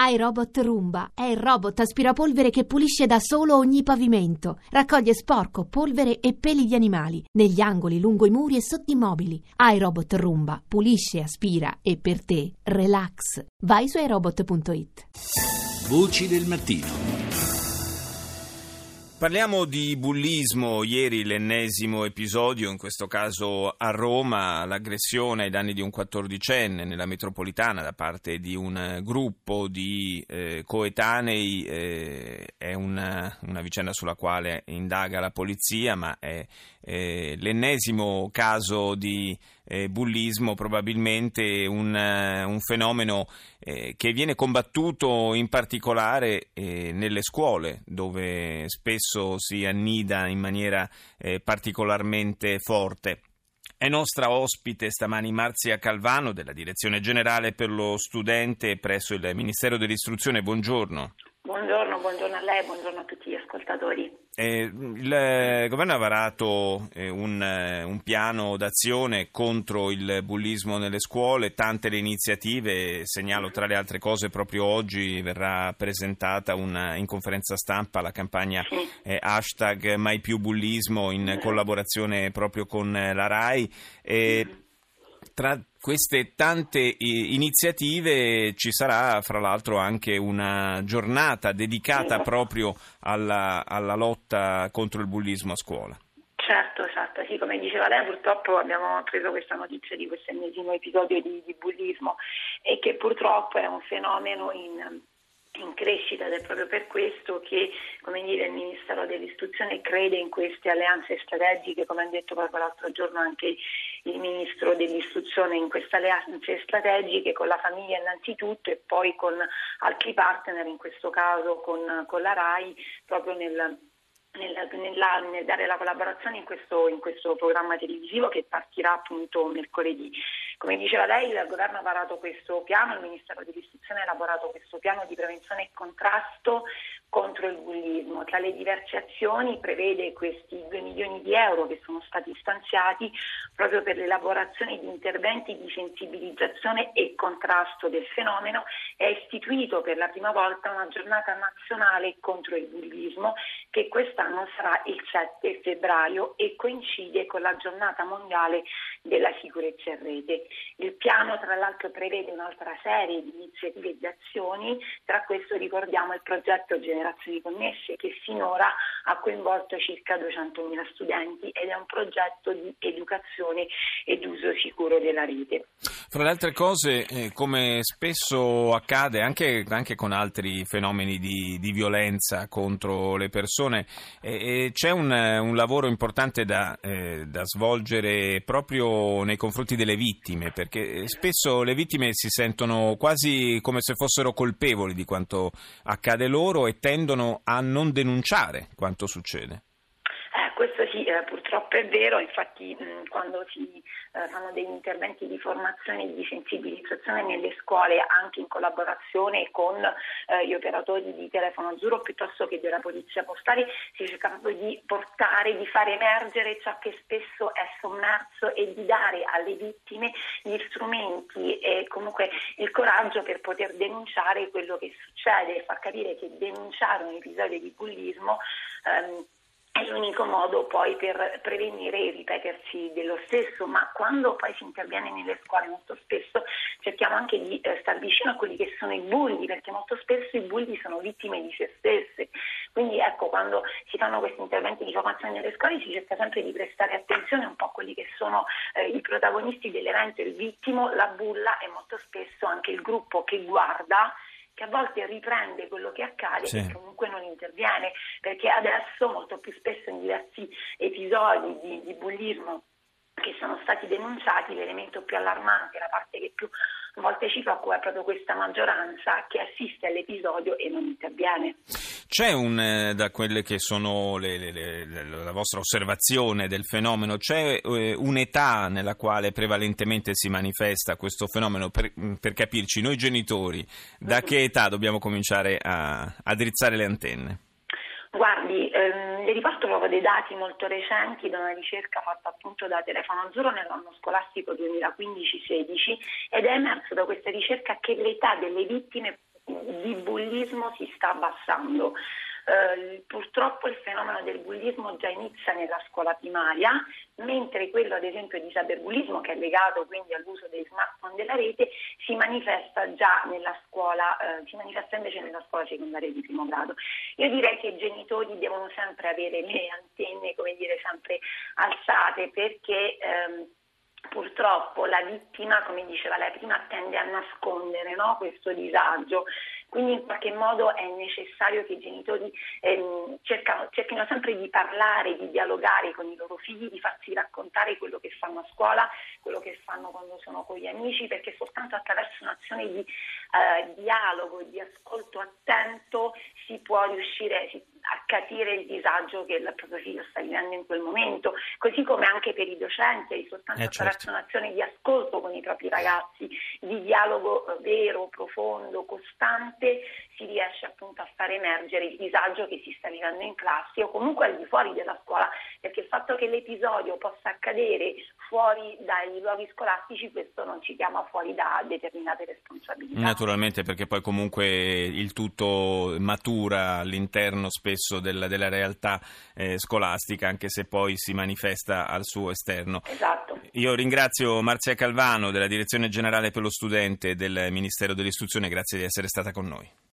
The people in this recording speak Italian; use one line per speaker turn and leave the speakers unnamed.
iRobot Roomba è il robot aspirapolvere che pulisce da solo ogni pavimento. Raccoglie sporco, polvere e peli di animali negli angoli, lungo i muri e sotto i mobili. iRobot Roomba pulisce, aspira e per te relax. Vai su iRobot.it.
Voci del mattino.
Parliamo di bullismo. Ieri l'ennesimo episodio, in questo caso a Roma, l'aggressione ai danni di un 14enne nella metropolitana da parte di un gruppo di coetanei. È una vicenda sulla quale indaga la polizia, ma è l'ennesimo caso di bullismo, probabilmente un fenomeno che viene combattuto in particolare nelle scuole, dove spesso si annida in maniera particolarmente forte. È nostra ospite stamani Marzia Calvano della Direzione Generale per lo Studente presso il Ministero dell'Istruzione. Buongiorno.
Buongiorno a lei, buongiorno a tutti gli ascoltatori.
Il governo ha varato un piano d'azione contro il bullismo nelle scuole, tante le iniziative. Segnalo tra le altre cose proprio oggi verrà presentata in conferenza stampa la campagna hashtag Mai più bullismo in collaborazione proprio con la RAI. Tra queste tante iniziative ci sarà fra l'altro anche una giornata dedicata proprio alla lotta contro il bullismo a scuola.
Certo, esatto, sì, come diceva lei, purtroppo abbiamo preso questa notizia di questo ennesimo episodio di bullismo e che purtroppo è un fenomeno in crescita, ed è proprio per questo che, come dire, il Ministero dell'Istruzione crede in queste alleanze strategiche, come ha detto proprio l'altro giorno anche il Ministro dell'Istruzione, in queste alleanze strategiche con la famiglia innanzitutto e poi con altri partner, in questo caso con la RAI, proprio nel dare la collaborazione in questo programma televisivo che partirà appunto mercoledì. Come diceva lei, il governo ha varato questo piano, il Ministero dell'Istruzione ha elaborato questo piano di prevenzione e contrasto contro il bullismo. Tra le diverse azioni prevede questi 2 milioni di euro che sono stati stanziati proprio per l'elaborazione di interventi di sensibilizzazione e contrasto del fenomeno. È istituito per la prima volta una giornata nazionale contro il bullismo che quest'anno sarà il 7 febbraio e coincide con la giornata mondiale della sicurezza in rete. Il piano tra l'altro prevede un'altra serie di iniziative e di azioni, tra questo ricordiamo il progetto Generazioni Connesse che finora ha coinvolto circa 200.000 studenti ed è un progetto di educazione ed uso sicuro della rete.
Fra le altre cose, come spesso accade anche con altri fenomeni di violenza contro le persone, c'è un lavoro importante da svolgere proprio nei confronti delle vittime, perché spesso le vittime si sentono quasi come se fossero colpevoli di quanto accade loro e tendono a non denunciare quanto succede.
Questo sì, purtroppo è vero, infatti quando si fanno degli interventi di formazione e di sensibilizzazione nelle scuole, anche in collaborazione con gli operatori di Telefono Azzurro piuttosto che della Polizia Postale, si cerca proprio di fare emergere ciò che spesso è sommerso e di dare alle vittime gli strumenti e comunque il coraggio per poter denunciare quello che succede e far capire che denunciare un episodio di bullismo è l'unico modo poi per prevenire il ripetersi dello stesso, ma quando poi si interviene nelle scuole molto spesso cerchiamo anche di star vicino a quelli che sono i bulli, perché molto spesso i bulli sono vittime di se stesse. Quindi ecco, quando si fanno questi interventi di formazione nelle scuole si cerca sempre di prestare attenzione un po' a quelli che sono i protagonisti dell'evento, il vittimo, la bulla e molto spesso anche il gruppo che guarda, che a volte riprende quello che accade e comunque non interviene, perché adesso molto più spesso in diversi episodi di bullismo che sono stati denunciati, l'elemento più allarmante, la parte che più a volte ci preoccupa è proprio questa maggioranza che assiste all'episodio e non interviene.
C'è da quelle che sono la vostra osservazione del fenomeno, c'è un'età nella quale prevalentemente si manifesta questo fenomeno? Per capirci, noi genitori, da che età dobbiamo cominciare a drizzare le antenne?
Guardi, le riporto proprio dei dati molto recenti da una ricerca fatta appunto da Telefono Azzurro nell'anno scolastico 2015-16 ed è emerso da questa ricerca che l'età delle vittime di bullismo si sta abbassando. Purtroppo il fenomeno del bullismo già inizia nella scuola primaria, mentre quello ad esempio di cyberbullismo, che è legato quindi all'uso dei smartphone, della rete, si manifesta già nella scuola, si manifesta invece nella scuola secondaria di primo grado. Io direi che i genitori devono sempre avere le antenne, sempre alzate, perché purtroppo la vittima, come diceva lei prima, tende a nascondere, no, questo disagio. Quindi in qualche modo è necessario che i genitori cerchino sempre di parlare, di dialogare con i loro figli, di farsi raccontare quello che fanno a scuola, quello che fanno quando sono con gli amici, perché soltanto attraverso un'azione di dialogo e di ascolto attento si può riuscire a capire il disagio che il proprio figlio sta vivendo in quel momento, così come anche per i docenti, soltanto attraverso un'azione di ascolto con i propri ragazzi, di dialogo vero, profondo, costante, si riesce appunto a far emergere il disagio che si sta vivendo in classe o comunque al di fuori della scuola, perché il fatto che l'episodio possa accadere fuori dai luoghi scolastici, questo non ci chiama fuori da determinate responsabilità.
Naturalmente, perché poi comunque il tutto matura all'interno spesso della realtà scolastica, anche se poi si manifesta al suo esterno.
Esatto.
Io ringrazio Marzia Calvano della Direzione Generale per lo Studente del Ministero dell'Istruzione, grazie di essere stata con noi.